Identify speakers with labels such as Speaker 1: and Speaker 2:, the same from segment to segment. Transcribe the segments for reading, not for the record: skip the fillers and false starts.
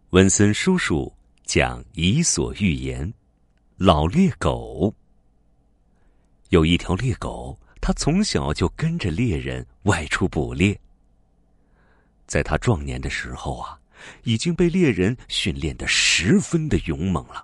Speaker 1: 文森叔叔讲伊索寓言：老猎狗。有一条猎狗，它从小就跟着猎人外出捕猎。在它壮年的时候啊，已经被猎人训练得十分的勇猛了。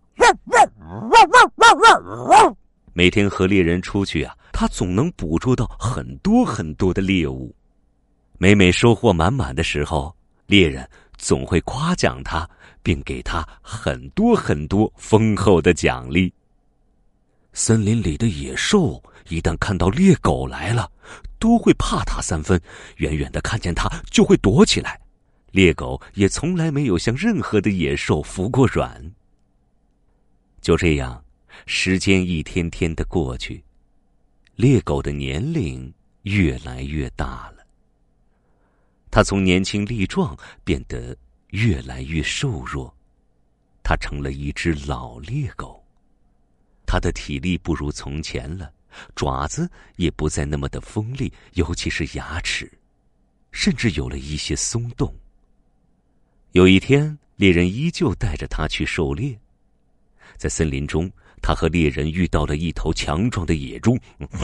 Speaker 1: 每天和猎人出去啊，它总能捕捉到很多很多的猎物。每每收获满满的时候，猎人总会夸奖他，并给他很多很多丰厚的奖励。森林里的野兽一旦看到猎狗来了，都会怕它3分，远远的看见它就会躲起来。猎狗也从来没有向任何的野兽服过软。就这样，时间一天天的过去，猎狗的年龄越来越大了。它从年轻力壮变得越来越瘦弱，它成了一只老猎狗。它的体力不如从前了，爪子也不再那么的锋利，尤其是牙齿，甚至有了一些松动。有一天，猎人依旧带着它去狩猎。在森林中，他和猎人遇到了一头强壮的野猪。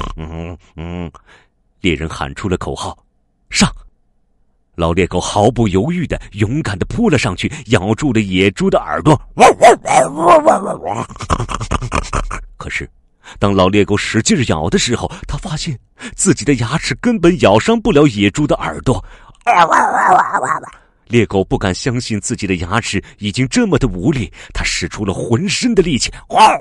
Speaker 1: 猎人喊出了口号：上！老猎狗毫不犹豫的勇敢的扑了上去，咬住了野猪的耳朵。可是当老猎狗使劲咬的时候，他发现自己的牙齿根本咬伤不了野猪的耳朵。猎狗不敢相信自己的牙齿已经这么的无力，他使出了浑身的力气。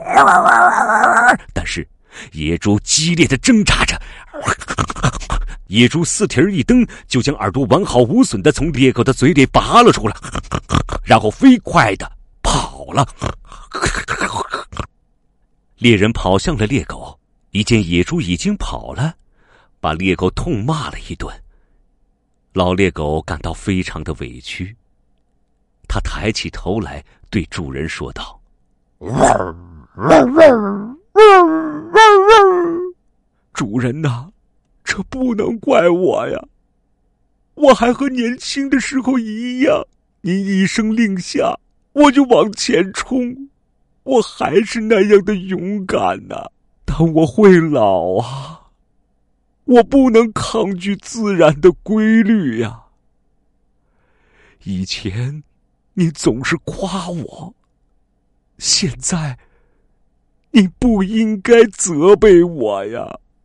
Speaker 1: 但是野猪激烈的挣扎着，野猪四蹄一蹬，就将耳朵完好无损的从猎狗的嘴里拔了出来，然后飞快的跑了。猎人跑向了猎狗，一见野猪已经跑了，把猎狗痛骂了一顿。老猎狗感到非常的委屈，他抬起头来对主人说道：主人呐，这不能怪我呀，我还和年轻的时候一样，您一声令下，我就往前冲，我还是那样的勇敢呐。但我会老啊，我不能抗拒自然的规律呀。以前你总是夸我，现在你不应该责备我呀。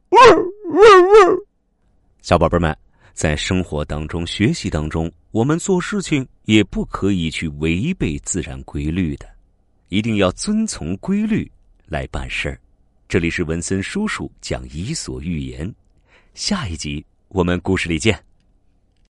Speaker 1: 小宝贝们，在生活当中、学习当中，我们做事情也不可以去违背自然规律的，一定要遵从规律来办事儿。这里是文森叔叔讲伊索寓言，下一集我们故事里见。